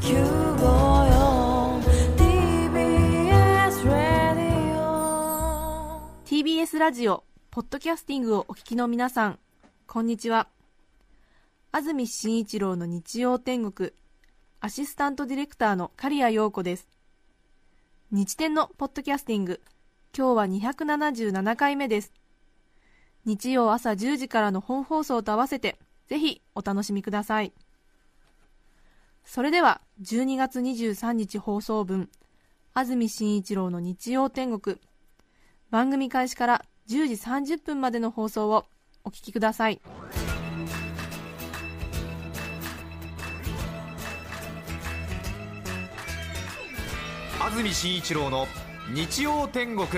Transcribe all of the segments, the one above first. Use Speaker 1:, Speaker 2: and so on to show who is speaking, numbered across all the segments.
Speaker 1: TBS ラジオポッドキャスティングをお聞きの皆さん、こんにちは。安住紳一郎の日曜天国、アシスタントディレクターの刈谷陽子です。日天のポッドキャスティング、今日は277回目です。日曜朝10時からの本放送と合わせてぜひお楽しみください。それでは12月23日放送分、安住紳一郎の日曜天国、番組開始から10時30分までの放送をお聞きください。
Speaker 2: 安住紳一郎の日曜天国。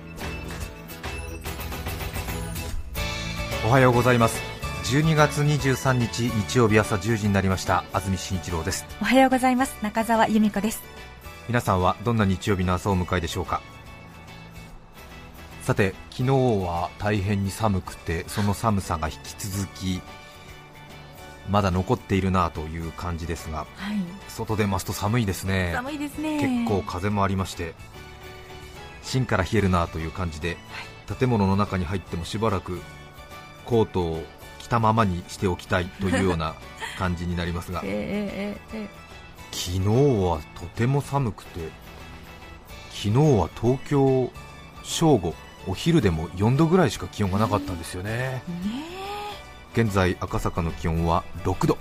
Speaker 2: おはようございます。12月23日日曜日朝10時になりました。安住紳一郎です。
Speaker 3: おはようございます。中澤由美子です。
Speaker 2: 皆さんはどんな日曜日の朝をお迎えでしょうか。さて、昨日は大変に寒くて、その寒さが引き続きまだ残っているなという感じですが、
Speaker 3: はい、
Speaker 2: 外出ますと寒いですね。
Speaker 3: 寒いですね。
Speaker 2: 結構風もありまして、芯から冷えるなという感じで、はい、建物の中に入ってもしばらくコートを着たままにしておきたいというような感じになりますが、昨日はとても寒くて、昨日は東京正午お昼でも4度ぐらいしか気温がなかったんですよね。現在赤坂の気温は6度。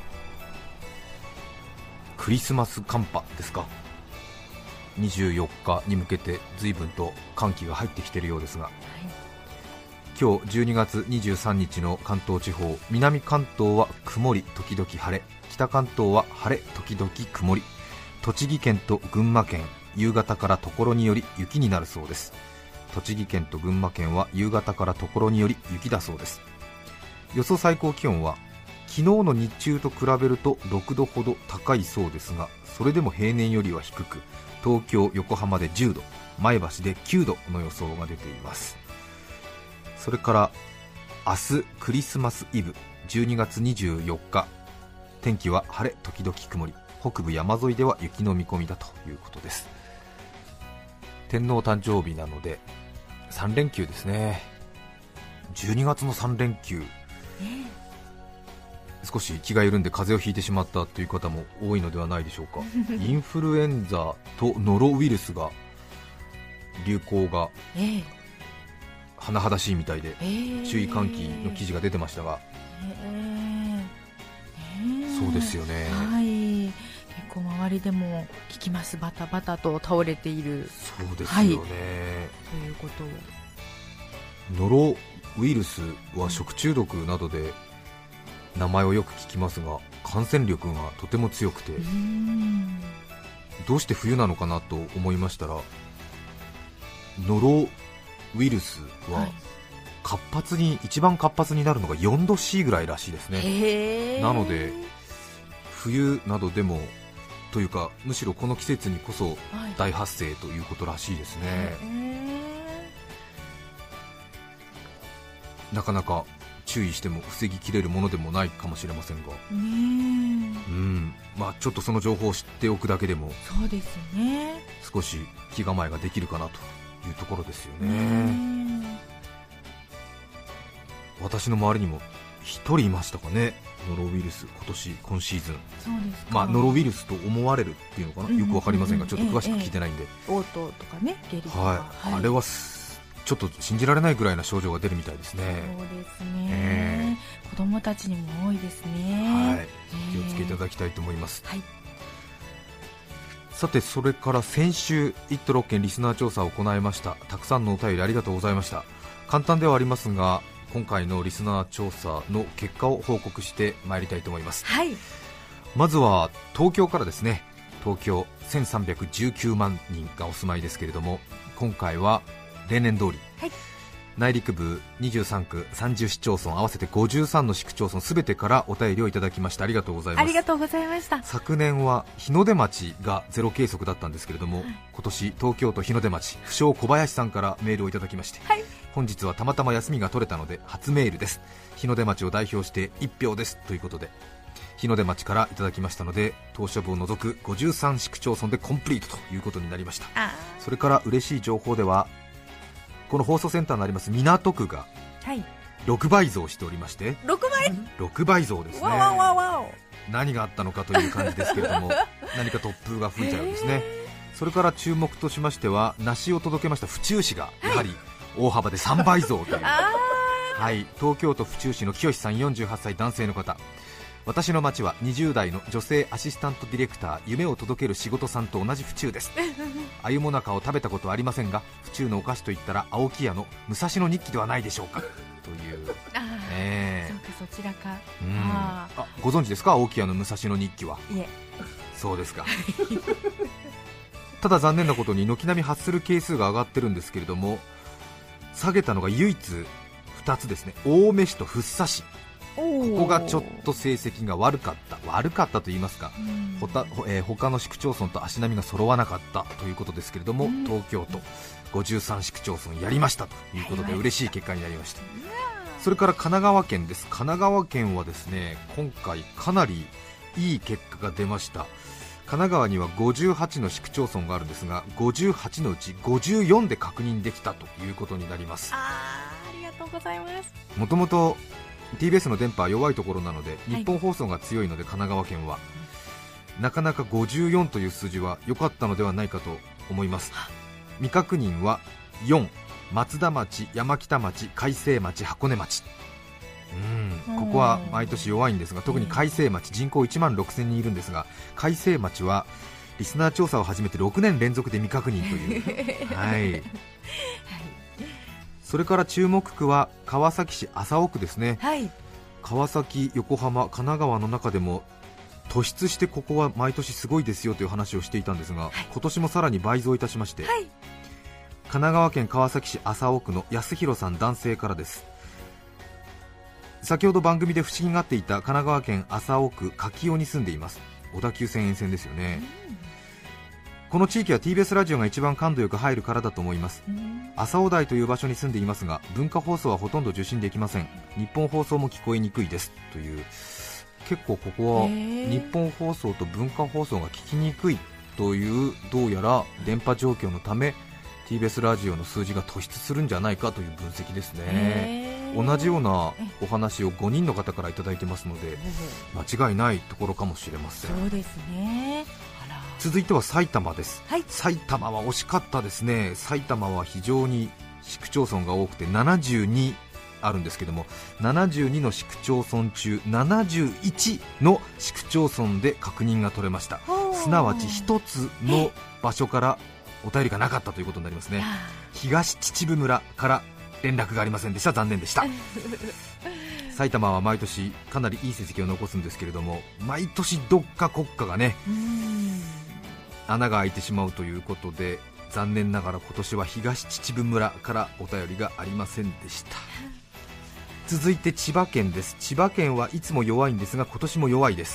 Speaker 2: クリスマス寒波ですか。24日に向けて随分と寒気が入ってきているようですが、はい、今日12月23日の関東地方、南関東は曇り時々晴れ、北関東は晴れ時々曇り、栃木県と群馬県夕方からところにより雪になるそうです。栃木県と群馬県は夕方からところにより雪だそうです。予想最高気温は昨日の日中と比べると6度ほど高いそうですが、それでも平年よりは低く、東京、横浜で10度、前橋で9度の予想が出ています。それから明日クリスマスイブ12月24日、天気は晴れ時々曇り、北部山沿いでは雪の見込みだということです。天皇誕生日なので3連休ですね。12月の3連休、少し気が緩んで風邪をひいてしまったという方も多いのではないでしょうか。インフルエンザとノロウイルスが流行が甚だしいみたいで、注意喚起の記事が出てましたが、そうですよね、
Speaker 3: はい、結構周りでも聞きます。バタバタと倒れている。
Speaker 2: そうですよね、はい、という
Speaker 3: ことを。
Speaker 2: ノロウイルスは食中毒などで名前をよく聞きますが、感染力がとても強くて、どうして冬なのかなと思いましたら、ノロウイルスは一番活発になるのが4度 C ぐらいらしいですね。なので冬などでもというか、むしろこの季節にこそ大発生ということらしいですね。なかなか注意しても防ぎきれるものでもないかもしれませんが、ちょっとその情報を知っておくだけでも、そうですよね、少し気構えができるかなというところですよね。私の周りにも1人いましたかね、ノロウイルス、今シーズン。そうですか。ノロウイルスと思われるっていうのかな、よくわかりませんが、ちょっと詳しく聞いてないんで、
Speaker 3: 嘔吐とかね、下痢とか、
Speaker 2: はい、あれはちょっと信じられないぐらいな症状が出るみたいですね。
Speaker 3: そうですね、子供たちにも多いですね。
Speaker 2: はい、気をつけいただきたいと思います。はい、さて、それから先週1都6県リスナー調査を行いました。たくさんのお便りありがとうございました。簡単ではありますが、今回のリスナー調査の結果を報告してまいりたいと思います。はい、まずは東京からですね。東京1319万人がお住まいですけれども、今回は例年通り、はい、内陸部23区30市町村合わせて53の市区町村すべてからお便りをいただきました。ありがとうございます。
Speaker 3: ありがとうございました。
Speaker 2: 昨年は日の出町がゼロ計測だったんですけれども、はい、今年東京都日の出町不詳小林さんからメールをいただきまして、はい、本日はたまたま休みが取れたので初メールです。日の出町を代表して1票ですということで、 日の出町からいただきましたので、島しょ部を除く53市区町村でコンプリートということになりました。それから嬉しい情報では、この放送センターのあります港区が6倍増しておりまして、6倍増ですね。何があったのかという感じですけれども何か突風が吹いたようですね。それから注目としましては、梨を届けました府中市がやはり大幅で3倍増というはい、東京都府中市の清さん48歳男性の方、私の町は20代の女性アシスタントディレクター、夢を届ける仕事さんと同じ府中です。あゆもなかを食べたことはありませんが、府中のお菓子といったら青木屋の武蔵野日記ではないでしょうかという、
Speaker 3: そうか、そちらか。
Speaker 2: ご存知ですか、青木屋の武蔵野日記は。
Speaker 3: いえ、
Speaker 2: そうですか。ただ残念なことに軒並み発する係数が上がってるんですけれども、下げたのが唯一2つですね。青梅市と福生市、ここがちょっと成績が悪かったと言いますか、他の市区町村と足並みが揃わなかったということですけれども、東京都53市区町村やりましたということで嬉しい結果になりました。それから神奈川県です。神奈川県はですね、今回かなりいい結果が出ました。神奈川には58の市区町村があるんですが、58のうち54で確認できたということになります。
Speaker 3: ありがとうございます。
Speaker 2: もともと TBS の電波は弱いところなので、日本放送が強いので、神奈川県はなかなか54という数字は良かったのではないかと思います。未確認は4、松田町、山北町、海西町、箱根町、ここは毎年弱いんですが、特に海西町、人口1万6000人いるんですが、海西町はリスナー調査を始めて6年連続で未確認というそれから注目区は川崎市麻生区ですね。川崎、横浜、神奈川の中でも突出してここは毎年すごいですよという話をしていたんですが、今年もさらに倍増いたしまして、神奈川県川崎市麻生区の安弘さん男性からです。先ほど番組で不思議がっていた神奈川県麻生区柿尾に住んでいます。小田急線沿線ですよね。この地域は TBS ラジオが一番感度よく入るからだと思います。麻生台という場所に住んでいますが、文化放送はほとんど受信できません。日本放送も聞こえにくいですという、結構ここは日本放送と文化放送が聞きにくいという、どうやら電波状況のため TBS ラジオの数字が突出するんじゃないかという分析ですね。同じようなお話を5人の方からいただいてますので、間違いないところかもしれません。
Speaker 3: そうですね。
Speaker 2: 続いては埼玉です。埼玉は惜しかったですね。埼玉は非常に市区町村が多くて72あるんですけども、72の市区町村中71の市区町村で確認が取れました。すなわち1つの場所からお便りがなかったということになりますね。東秩父村から連絡がありませんでした。残念でした。埼玉は毎年かなりいい成績を残すんですけれども、毎年どっか国家がね穴が開いてしまうということで、残念ながら今年は東秩父村からお便りがありませんでした。続いて千葉県です。千葉県はいつも弱いんですが、今年も弱いです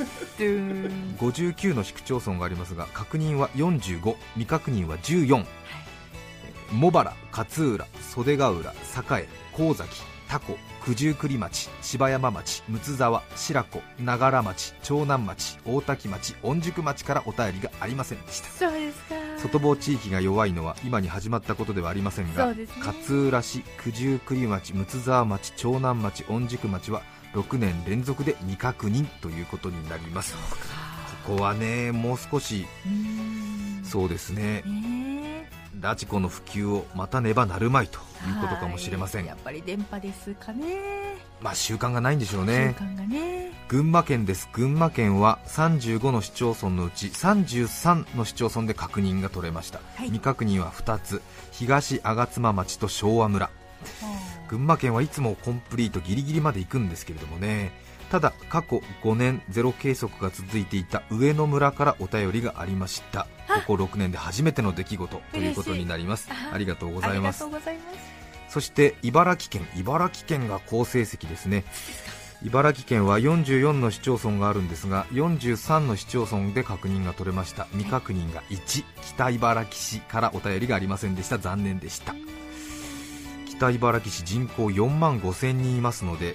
Speaker 2: 。59の市区町村がありますが、確認は45、未確認は14、茂原、勝浦、袖ヶ浦、栄、神崎、多古、九十九里町、柴山町、睦沢、白子、長良町、長南町、大多喜町、御宿町からお便りがありませんでした。
Speaker 3: そうですか。
Speaker 2: 外房地域が弱いのは今に始まったことではありませんが、勝浦市、九十九里町、睦沢町、長南町、御宿町は6年連続で未確認ということになります。ここはね、もう少し、そうですね、ラジコの普及をまたねばなるまいということかもしれません。
Speaker 3: やっぱり電波ですかね。
Speaker 2: 習慣がないんでしょうね。
Speaker 3: 習慣がね。
Speaker 2: 群馬県です。群馬県は35の市町村のうち33の市町村で確認が取れました。未確認は2つ、東吾妻町と昭和村。群馬県はいつもコンプリートギリギリまで行くんですけれどもね。ただ過去5年ゼロ計測が続いていた上野村からお便りがありました。ここ6年で初めての出来事ということになります。ありがとうございます。そして茨城県が好成績ですね。茨城県は44の市町村があるんですが、43の市町村で確認が取れました。未確認が1、北茨城市からお便りがありませんでした。残念でした。北茨城市人口4万5000人いますので、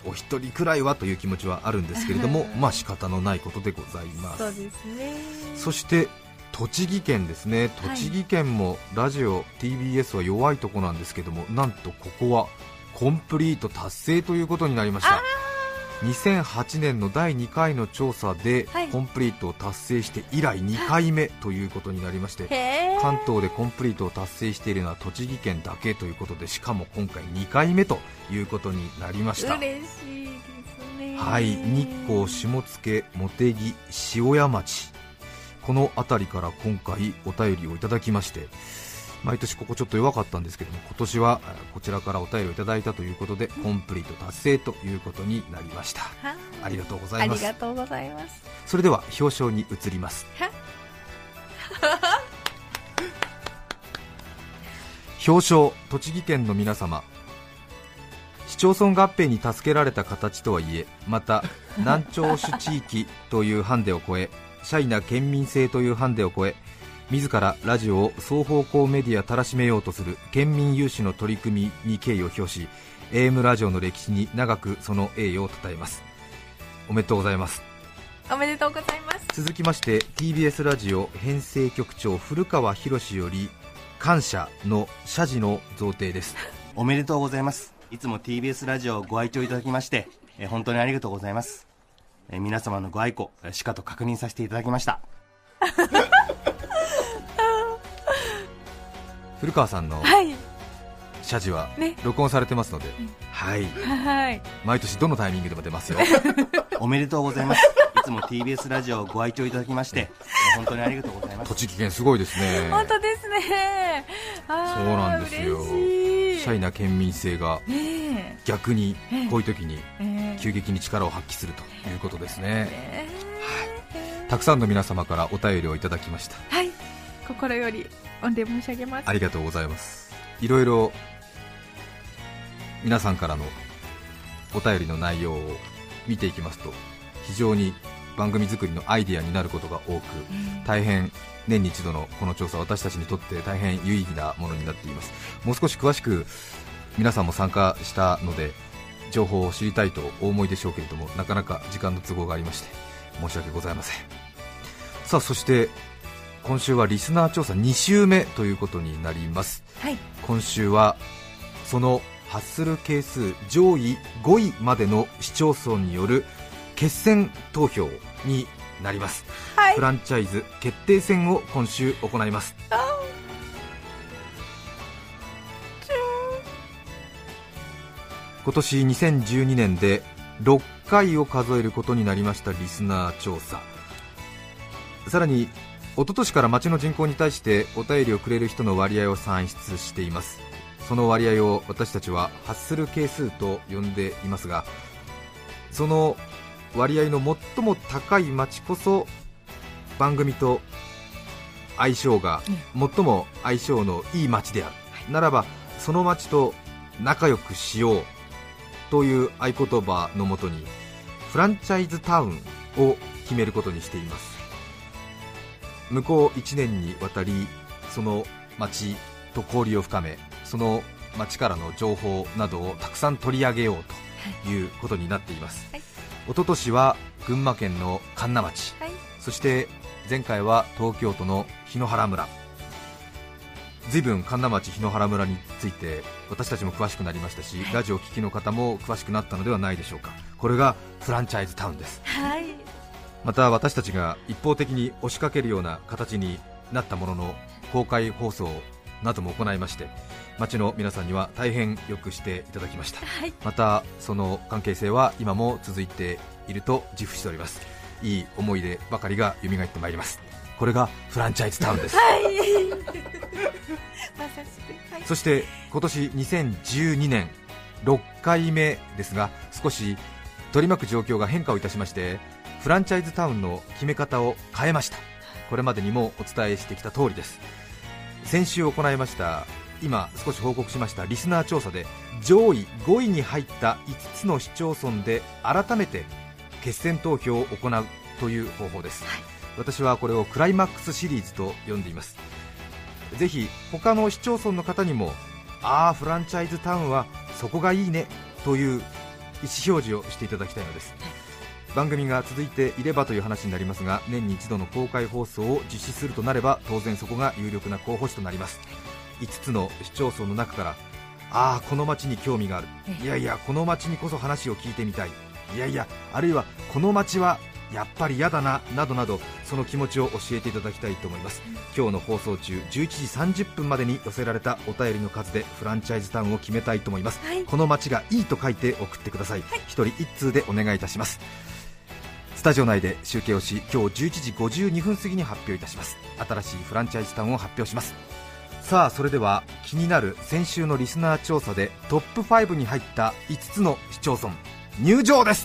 Speaker 2: お一人くらいはという気持ちはあるんですけれどもまあ仕方のないことでございます。
Speaker 1: そうですね。
Speaker 2: そして栃木県ですね。栃木県もラジオ TBS は弱いとこなんですけども、なんとここはコンプリート達成ということになりました。2008年の第2回の調査でコンプリートを達成して以来2回目ということになりまして、関東でコンプリートを達成しているのは栃木県だけということで、しかも今回2回目ということになりました。
Speaker 1: 嬉しいですね。
Speaker 2: はい、日光、下野、茂木、塩谷町、この辺りから今回お便りをいただきまして、毎年ここちょっと弱かったんですけども、今年はこちらからお便りをいただいたということでコンプリート達成ということになりました。ありがとうございます。
Speaker 1: ありがとうございます。
Speaker 2: それでは表彰に移ります。表彰、栃木県の皆様、市町村合併に助けられた形とはいえ、また南庁市地域というハンデを超え、シャイな県民性というハンデを超え、自らラジオを双方向メディアたらしめようとする県民有志の取り組みに敬意を表し、 AM ラジオの歴史に長くその栄誉をたたえます。おめでとうございます。
Speaker 1: おめでとうございます。
Speaker 2: 続きまして TBS ラジオ編成局長古川博より感謝の謝辞の贈呈です。
Speaker 4: おめでとうございます。いつも TBS ラジオをご愛聴いただきまして本当にありがとうございます。皆様のご愛顧しかと確認させていただきました。
Speaker 2: 古川さんの謝辞は録音されてますので、はい、毎年どのタイミングでも出ますよ。
Speaker 4: おめでとうございます。いつも TBS ラジオをご愛聴いただきまして本当にありがとうございます。
Speaker 2: 栃木県すごいですね。
Speaker 1: 本当ですね。
Speaker 2: そうなんですよ。シャイな県民性が逆にこういう時に急激に力を発揮するということですね。はい、たくさんの皆様からお便りをいただきました。
Speaker 1: はい、心より御礼申し上げます。
Speaker 2: ありがとうございます。いろいろ皆さんからのお便りの内容を見ていきますと、非常に番組作りのアイディアになることが多く、大変年に一度のこの調査、私たちにとって大変有意義なものになっています。もう少し詳しく皆さんも参加したので情報を知りたいとお思いでしょうけれども、なかなか時間の都合がありまして申し訳ございません。さあ、そして今週はリスナー調査2週目ということになります。今週はその発する係数上位5位までの市町村による決選投票になります。フランチャイズ決定戦を今週行います。今年2012年で6回を数えることになりましたリスナー調査。さらに一昨年から町の人口に対してお便りをくれる人の割合を算出しています。その割合を私たちは発する係数と呼んでいますが、その割合の最も高い町こそ番組と相性が最も相性のいい町である、ならばその町と仲良くしようという合言葉のもとにフランチャイズタウンを決めることにしています。向こう1年にわたりその町と交流を深め、その町からの情報などをたくさん取り上げようということになっています。一昨年は群馬県の神流町、そして前回は東京都の檜原村。随分神流町、檜原村について私たちも詳しくなりましたし、ラジオを聴きの方も詳しくなったのではないでしょうか。これがフランチャイズタウンです。また私たちが一方的に押しかけるような形になったものの、公開放送なども行いまして、町の皆さんには大変よくしていただきました。またその関係性は今も続いていると自負しております。いい思い出ばかりが蘇ってまいります。これがフランチャイズタウンです。そして今年2012年6回目ですが、少し取り巻く状況が変化をいたしまして、フランチャイズタウンの決め方を変えました。これまでにもお伝えしてきた通りです。先週行いました、今少し報告しましたリスナー調査で上位5位に入った5つの市町村で改めて決選投票を行うという方法です。私はこれをクライマックスシリーズと呼んでいます。ぜひ他の市町村の方にも、フランチャイズタウンはそこがいいねという意思表示をしていただきたいのです。番組が続いていればという話になりますが、年に一度の公開放送を実施するとなれば当然そこが有力な候補地となります。5つの市町村の中から、ああこの町に興味がある、いやいやこの町にこそ話を聞いてみたい、いやいやあるいはこの町はやっぱり嫌だな、などなど、その気持ちを教えていただきたいと思います。今日の放送中11時30分までに寄せられたお便りの数でフランチャイズタウンを決めたいと思います、この町がいいと書いて送ってください、1人1通でお願いいたします。スタジオ内で集計をし、今日11時52分過ぎに発表いたします。新しいフランチャイズタウンを発表します。さあそれでは気になる先週のリスナー調査でトップ5に入った5つの市町村入場です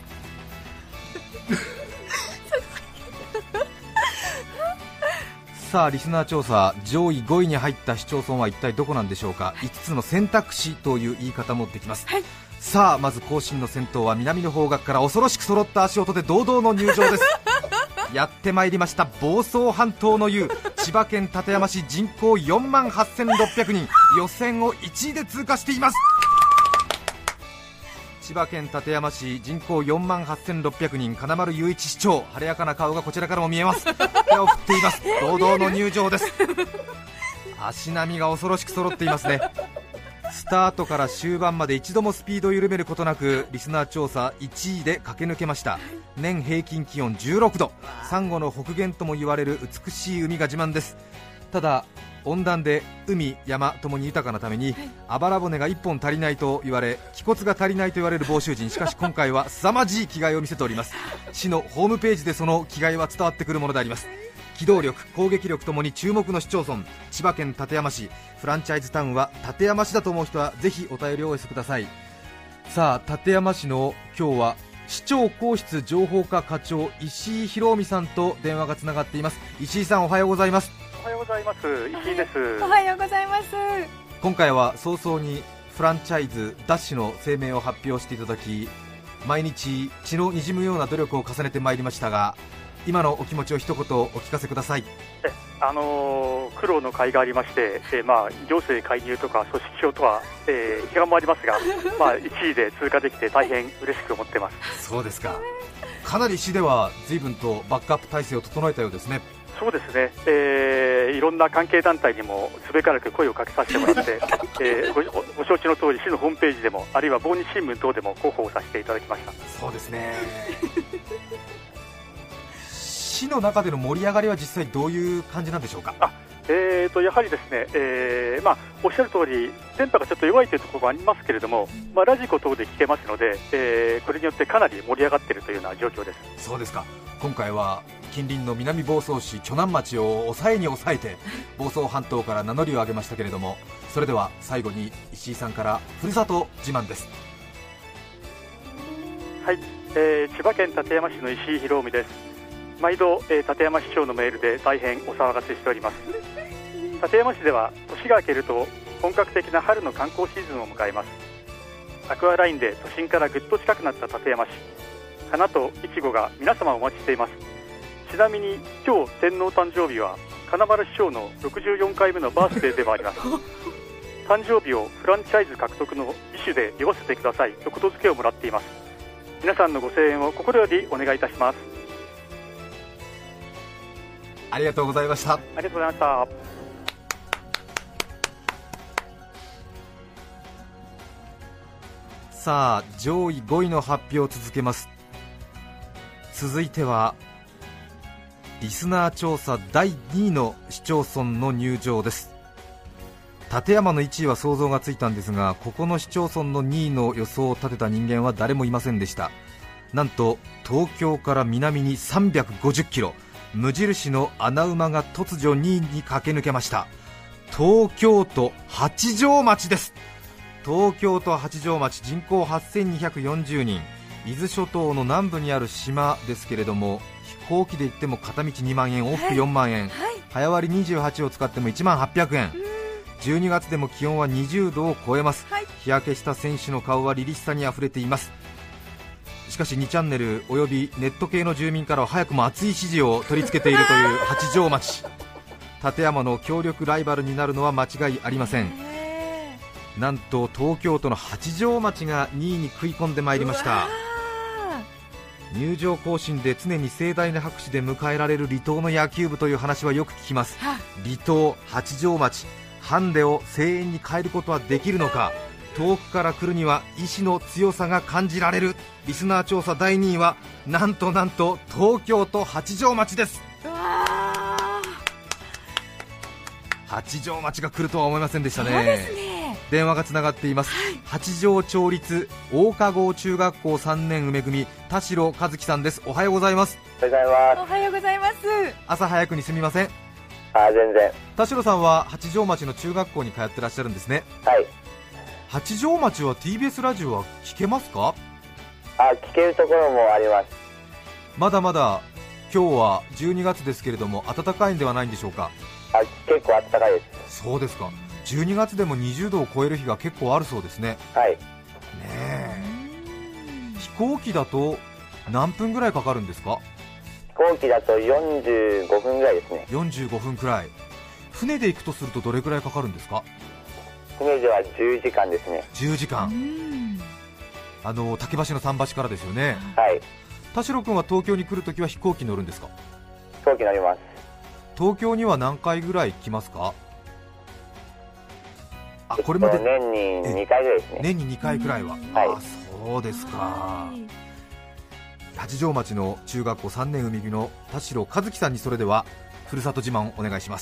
Speaker 2: さあリスナー調査上位5位に入った市町村は一体どこなんでしょうか。5つの選択肢という言い方もできます、さあまず行進の先頭は南の方角から恐ろしく揃った足音で堂々の入場ですやってまいりました、房総半島の雄、千葉県館山市、人口48,600人、予選を1位で通過しています。千葉県館山市、人口48,600人、金丸雄一市長、晴れやかな顔がこちらからも見えます。手を振っています。堂々の入場です。足並みが恐ろしく揃っていますね。スタートから終盤まで一度もスピードを緩めることなくリスナー調査1位で駆け抜けました。年平均気温16度、サンゴの北限とも言われる美しい海が自慢です。ただ温暖で海山ともに豊かなために、あばら骨が1本足りないと言われ、気骨が足りないと言われる房州人。しかし今回は凄まじい気概を見せております。市のホームページでその気概は伝わってくるものであります。機動力攻撃力ともに注目の市町村、千葉県館山市、フランチャイズタウンは館山市だと思う人はぜひお便りをお寄せください。さあ館山市の今日は市長公室情報課課長石井博美さんと電話がつながっています。石井さんおはようございます。
Speaker 5: おはようございます。石井です。
Speaker 3: おはようございます。
Speaker 2: 今回は早々にフランチャイズダッシュの声明を発表していただき、毎日血の滲むような努力を重ねてまいりましたが、今のお気持ちを一言お聞かせください。
Speaker 5: 苦労の甲斐がありまして、行政介入とか組織票とは、批判もありますが、1位で通過できて大変嬉しく思ってます。
Speaker 2: そうですか。かなり市では随分とバックアップ体制を整えたようですね。
Speaker 5: そうですね、いろんな関係団体にもすべからく声をかけさせてもらって、ご承知の通り市のホームページでも、あるいは防日新聞等でも広報させていただきました。
Speaker 2: そうですね市の中での盛り上がりは実際どういう感じなんでしょうか。
Speaker 5: やはりですね、おっしゃる通り電波がちょっと弱いというところもありますけれども、ラジコ等で聞けますので、これによってかなり盛り上がっているというような状況です。
Speaker 2: そうですか。今回は近隣の南房総市鋸南町を抑えに抑えて房総半島から名乗りを上げましたけれども、それでは最後に石井さんからふるさと自慢です。
Speaker 5: はい、千葉県館山市の石井博美です。毎度、館山市長のメールで大変お騒がせしております。館山市では年が明けると本格的な春の観光シーズンを迎えます。アクアラインで都心からぐっと近くなった館山市、花といちごが皆様お待ちしています。ちなみに今日天皇誕生日は金丸市長の64回目のバースデーでもあります誕生日をフランチャイズ獲得の意思で祝わせてくださいとことづけをもらっています。皆さんのご声援を心よりお願いいたします。
Speaker 2: ありがとうございました。
Speaker 5: ありがとうございました。
Speaker 2: さあ上位5位の発表を続けます。続いてはリスナー調査第2位の市町村の入場です。館山の1位は想像がついたんですが、ここの市町村の2位の予想を立てた人間は誰もいませんでした。なんと東京から南に350キロ、無印の穴馬が突如2位に駆け抜けました。東京都八丈町です。東京都八丈町、人口8240人、伊豆諸島の南部にある島ですけれども、飛行機で行っても片道2万円、往復4万円、早割り28を使っても1万800円、12月でも気温は20度を超えます。日焼けした選手の顔は凛々しさにあふれています。しかし2チャンネルおよびネット系の住民からは早くも熱い支持を取り付けているという八丈町、館山の強力ライバルになるのは間違いありません。 なんと東京都の八丈町が2位に食い込んでまいりました。入場行進で常に盛大な拍手で迎えられる離島の野球部という話はよく聞きます。離島、八丈町、ハンデを声援に変えることはできるのか。遠くから来るには意志の強さが感じられる。リスナー調査第2位はなんと東京都八丈町です。八丈町が来るとは思いませんでしたね。
Speaker 3: そうですね。
Speaker 2: 電話がつながっています。八丈町立大賀郷中学校3年梅組田代和樹さんです。おはようございます。
Speaker 6: おはようございます。
Speaker 3: おはようございます。
Speaker 2: 朝早くにすみません。
Speaker 6: 全然。
Speaker 2: 田代さんは八丈町の中学校に通ってらっしゃるんですね。
Speaker 6: はい。
Speaker 2: 八丈町は TBS ラジオは聞けますか？
Speaker 6: 聞けるところもあります。
Speaker 2: まだまだ今日は12月ですけれども暖かいんではないんでしょうか？
Speaker 6: 結構暖かいです。
Speaker 2: そうですか。12月でも20度を超える日が結構あるそうですね。
Speaker 6: はい。
Speaker 2: ねえ。飛行機だと何分ぐらいかかるんですか？
Speaker 6: 飛行機だと45分ぐらいですね。
Speaker 2: 45分くらい。船で行くとするとどれくらいかかるんですか？
Speaker 6: 船では10時間ですね。
Speaker 2: 10時間。竹橋の桟橋からですよね。
Speaker 6: はい。
Speaker 2: 田代君は東京に来るときは飛行機乗るんですか？
Speaker 6: 飛行機乗ります。
Speaker 2: 東京には何回ぐらい来ますか？これまで
Speaker 6: 年に2回ぐらいですね。
Speaker 2: 年に2回くらいは。
Speaker 6: はい。
Speaker 2: そうですか。八丈町の中学校3年海組の田代和樹さんにそれではふるさと自慢をお願いします。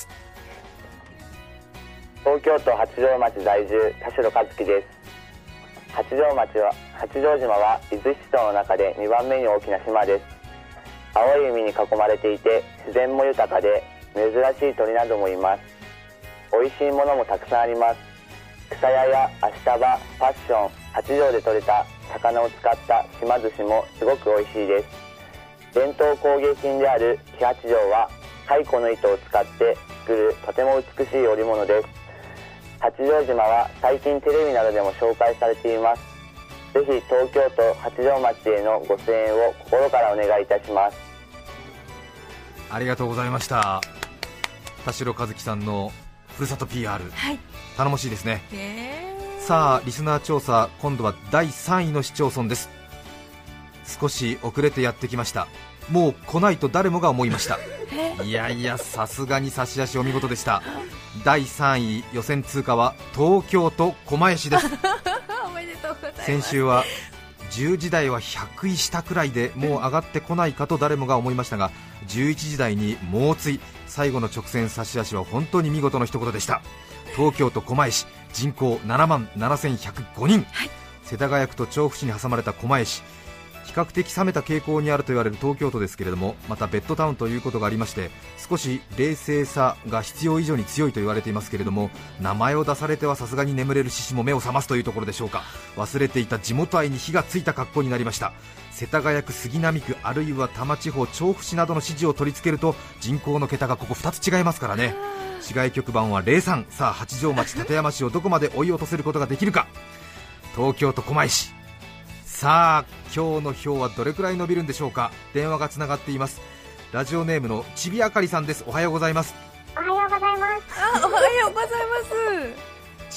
Speaker 6: 東京都八丈町在住田代和樹です。八丈島は伊豆七島の中で2番目に大きな島です。青い海に囲まれていて自然も豊かで珍しい鳥などもいます。美味しいものもたくさんあります。草屋やアシタバ、パッション、八丈で採れた魚を使った島寿司もすごく美味しいです。伝統工芸品である黄八丈は蚕の糸を使って作るとても美しい織物です。八丈島は最近テレビなどでも紹介されています。ぜひ東京都八丈町へのご声援を心からお願いいたします。
Speaker 2: ありがとうございました。田代和樹さんのふるさと PR、頼もしいですね。さあリスナー調査、今度は第3位の市町村です。少し遅れてやってきました。もう来ないと誰もが思いました。いやいや、さすがに差し出しお見事でした。第3位予選通過は東京都狛江市です。
Speaker 3: おめでとうございます。
Speaker 2: 先週は10時台は100位下くらいでもう上がってこないかと誰もが思いましたが、11時台に猛追、最後の直線差し出しは本当に見事の一言でした。東京都狛江市、人口7万7105人、世田谷区と調布市に挟まれた狛江市、比較的冷めた傾向にあると言われる東京都ですけれども、またベッドタウンということがありまして、少し冷静さが必要以上に強いと言われていますけれども、名前を出されてはさすがに眠れる獅子も目を覚ますというところでしょうか。忘れていた地元愛に火がついた格好になりました。世田谷区、杉並区、あるいは多摩地方、調布市などの支持を取り付けると人口の桁がここ2つ違いますからね。市外局番は03。さあ八丈町、館山市をどこまで追い落とせることができるか。東京都狛江市、さあ今日の票はどれくらい伸びるんでしょうか。電話がつながっています。ラジオネームのちびあかりさんです。おはようございます。
Speaker 7: おはようございます。
Speaker 3: おはようございます。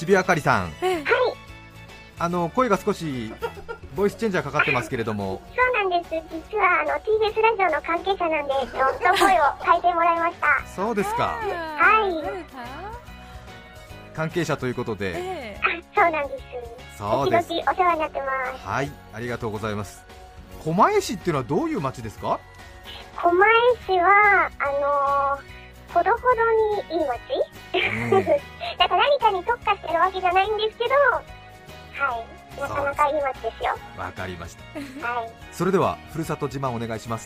Speaker 2: ちびあかりさん、声が少しボイスチェンジャーかかってますけれども。
Speaker 7: そうなんです。実はTBS ラジオの関係者なんでちょっと声を変えてもらいました。
Speaker 2: そうですか。関係者ということで、
Speaker 7: そうなんです。
Speaker 2: そうです。
Speaker 7: 時々お世話になってます。
Speaker 2: はい、ありがとうございます。狛江市っていうのはどういう町ですか？
Speaker 7: 狛江市はほどほどにいい町、だから何かに特化してるわけじゃないんですけど、なかなかいい町ですよ。
Speaker 2: わかりました。それではふるさと自慢お願いします。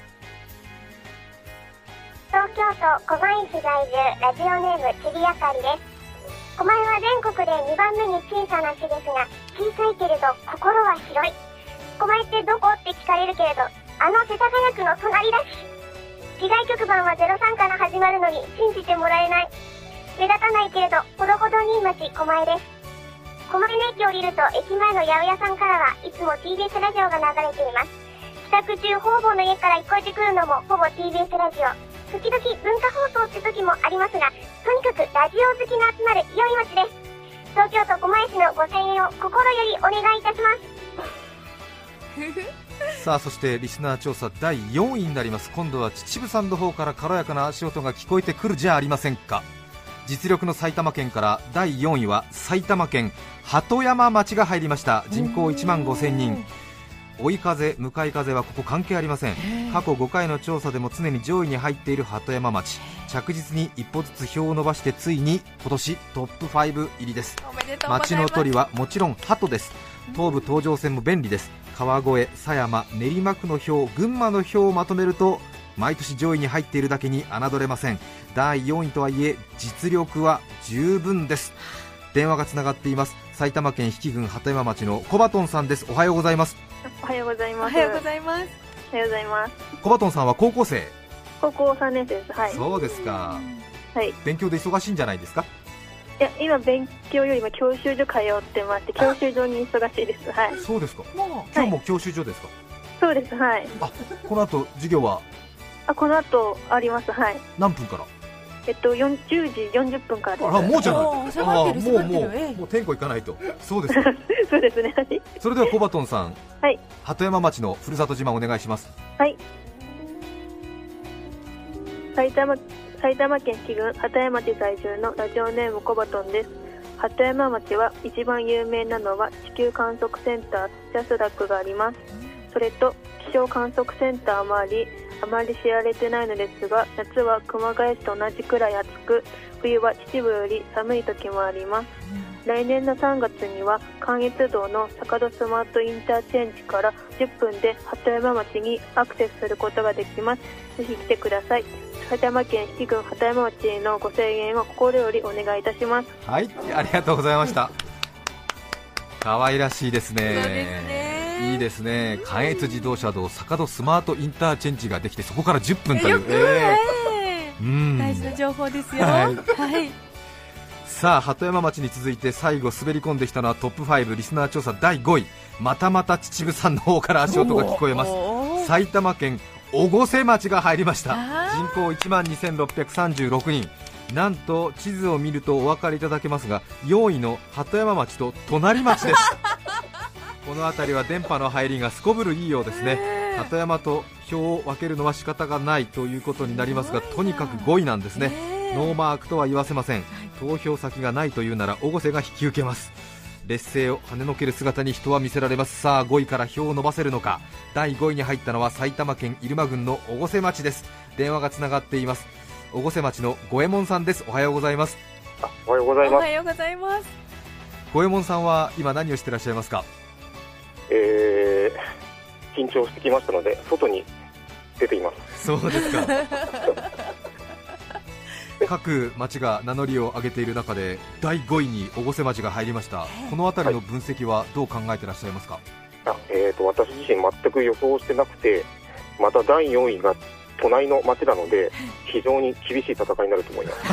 Speaker 7: 東京都狛江市在住、ラジオネームちびあかりです。狛江は全国で2番目に小さな市ですが、小さいけれど心は広い。狛江ってどこって聞かれるけれど、世田谷区の隣だし。市外局番は03から始まるのに信じてもらえない。目立たないけれどほどほどにいい町狛江です。狛江の駅を降りると駅前の八百屋さんからはいつも TBS ラジオが流れています。帰宅中方々の家から聞こえてくるのもほぼ TBS ラジオ。時々文化放送って時もありますが、とにかくラジオ好きが集まる良い町です。 東京都狛江市の5000円を心よりお願いいたします。
Speaker 2: さあそしてリスナー調査第4位になります。今度は秩父さんの方から軽やかな足音が聞こえてくるじゃありませんか。実力の埼玉県から第4位は埼玉県鳩山町が入りました。人口1万5000人。追い風向かい風はここ関係ありません。過去5回の調査でも常に上位に入っている鳩山町、着実に一歩ずつ票を伸ばしてついに今年トップ5入りです。町の鳥はもちろん鳩です。東武東上線も便利です。川越、狭山、練馬区の票、群馬の票をまとめると毎年上位に入っているだけに侮れません。第4位とはいえ実力は十分です。電話がつながっています。埼玉県比企郡鳩山町のコバトンさんです。おはようございます。
Speaker 8: おはようございます。
Speaker 1: おはようございます。
Speaker 8: おはようございます。
Speaker 2: コバトンさんは高校生。
Speaker 8: 高校3年生です。はい。
Speaker 2: そうですか。
Speaker 8: はい。
Speaker 2: 勉強で忙しいんじゃないですか。
Speaker 8: いや、今勉強よりも教習所通ってまして、教習所に忙しいです。はい。
Speaker 2: そうですか。今日も教習所ですか。
Speaker 8: そうです。はい。
Speaker 2: この後授業は
Speaker 8: この後あります。はい。
Speaker 2: 何分から。
Speaker 8: 10時40分からです。
Speaker 2: もうじゃない。も
Speaker 1: う
Speaker 2: 天候行かないと。そうですか。
Speaker 8: そうですね。
Speaker 2: それではコバトンさん、
Speaker 8: はい、
Speaker 2: 鳩山町のふるさと自慢お願いします。
Speaker 8: はい。埼玉県比企郡鳩山町在住のラジオネームコバトンです。鳩山町は一番有名なのは地球観測センタージャスダックがあります。それと気象観測センターもあり、あまり知られてないのですが、夏は熊谷市と同じくらい暑く、冬は秩父より寒い時もあります。来年の3月には関越道の坂戸スマートインターチェンジから10分で鳩山町にアクセスすることができます。ぜひ来てください。埼玉県比企郡鳩山町への5000円を心よりお願いいたします。
Speaker 2: はい、ありがとうございました。可愛らしいですね。
Speaker 1: そうですね。
Speaker 2: いいですね。関越自動車道坂戸スマートインターチェンジができて、そこから10分という、
Speaker 1: 大事な情報ですよ。
Speaker 2: はい、
Speaker 1: はい。
Speaker 2: さあ鳩山町に続いて最後滑り込んできたのはトップ5リスナー調査第5位、またまた秩父さんの方から足音が聞こえます。埼玉県越生町が入りました。人口12,636人。なんと地図を見るとお分かりいただけますが、4位の鳩山町と隣町ですこの辺りは電波の入りがすこぶるいいようですね。鳩山と票を分けるのは仕方がないということになりますが、とにかく5位なんですね。ノーマークとは言わせません。投票先がないというなら越生が引き受けます。劣勢を跳ねのける姿に人は見せられます。さあ5位から票を伸ばせるのか。第5位に入ったのは埼玉県入間郡の越生町です。電話がつながっています。越生町の五右衛門さんです。おはようございます。
Speaker 8: おはようございます。
Speaker 1: おはようございます。
Speaker 2: 五右衛門さんは今何をしてらっしゃいますか。
Speaker 8: 緊張してきましたので外に出ています。
Speaker 2: そうですか各町が名乗りを上げている中で第5位に越生町が入りました。この辺りの分析はどう考えてらっしゃいますか。
Speaker 8: 私自身全く予想してなくて、また第4位が隣の町なので非常に厳しい戦いになると思います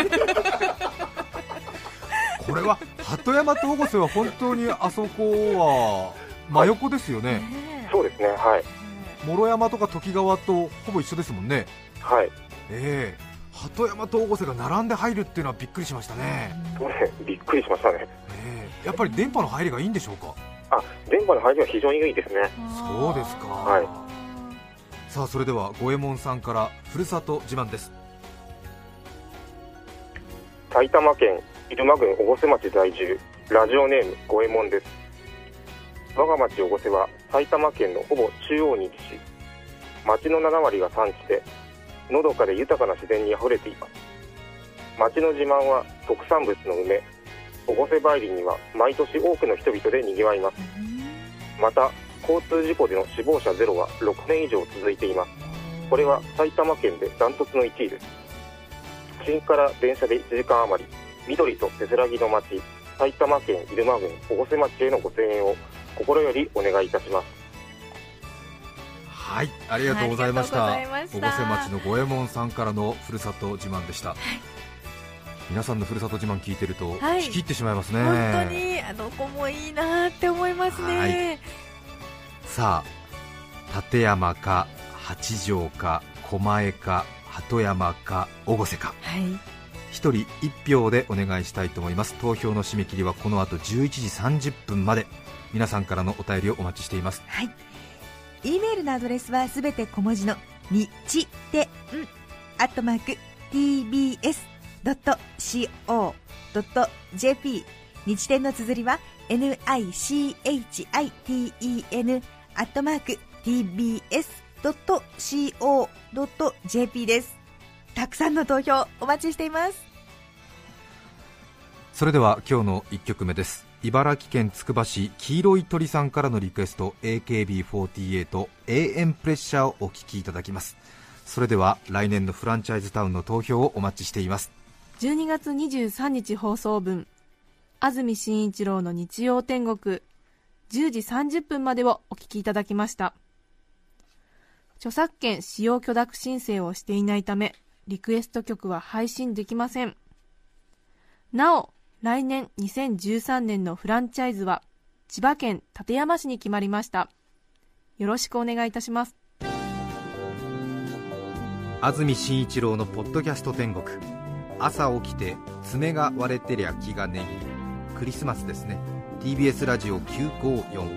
Speaker 2: これは鳩山と越生は本当にあそこは真横ですよね。
Speaker 8: そうですね。はい。
Speaker 2: 諸山とか時川とほぼ一緒ですもんね。
Speaker 8: はい。
Speaker 2: 鳩山と越生が並んで入るっていうのはびっくりしましたね。
Speaker 8: びっくりしましたね。
Speaker 2: やっぱり電波の入りがいいんでしょうか。
Speaker 8: 電波の入りは非常にいいですね。
Speaker 2: そうですか。
Speaker 8: はい。
Speaker 2: さあそれでは五右衛門さんからふるさと自慢です。
Speaker 8: 埼玉県入間郡越生町在住ラジオネーム五右衛門です。我が町越生は埼玉県のほぼ中央に位置し、町の7割が山地でのどかで豊かな自然にあふれています。町の自慢は特産物の梅。越生梅林には毎年多くの人々で賑わいます。また交通事故での死亡者ゼロは6年以上続いています。これは埼玉県でダントツの1位です。都心から電車で1時間余り、緑とせせらぎの町、埼玉県入間郡越生町への5000円を心よりお願いいたします。
Speaker 2: はい、ありがとうございました。越生町の五右衛門さんからのふるさと自慢でした。皆さんのふるさと自慢聞いてると聞き入ってしまいますね。
Speaker 1: 本当にあの子もいいなって思いますね。
Speaker 2: さあ立山か八丈か狛江か鳩山か越生か、 人1票でお願いしたいと思います。投票の締め切りはこの後11時30分まで。皆さんからのお便りをお待ちしています。
Speaker 9: はい、E メールのアドレスはすべて小文字の日天@tbs.co.jp、 日天の綴りは NICHITEN@tbs.co.jp です。たくさんの投票お待ちしています。
Speaker 2: それでは今日の1曲目です。茨城県つくば市黄色い鳥さんからのリクエスト、 AKB48 永遠プレッシャーをお聴きいただきます。それでは来年のフランチャイズタウンの投票をお待ちしています。
Speaker 1: 12月23日放送分、安住紳一郎の日曜天国、10時30分までをお聞きいただきました。著作権使用許諾申請をしていないため、リクエスト曲は配信できません。なお、来年2013年のフランチャイズは千葉県館山市に決まりました。よろしくお願いいたします。
Speaker 2: 安住紳一郎のポッドキャスト天国。朝起きて爪が割れてりゃ気がねぎ。クリスマスですね。 TBS ラジオ954。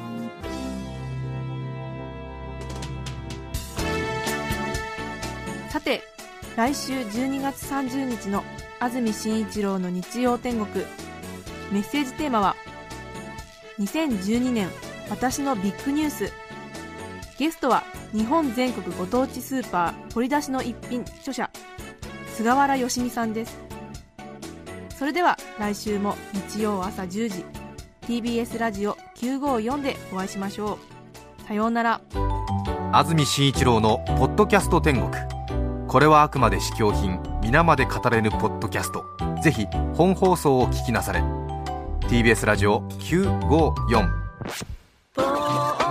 Speaker 1: さて、来週12月30日の安住紳一郎の日曜天国、メッセージテーマは2012年私のビッグニュース。ゲストは日本全国ご当地スーパー掘り出しの一品著者、菅原義美さんです。それでは来週も日曜朝10時 TBS ラジオ954でお会いしましょう。さようなら。
Speaker 2: 安住紳一郎のポッドキャスト天国。これはあくまで試供品、皆まで語れぬポッドキャスト。ぜひ本放送を聞きなされ。 TBS ラジオ954。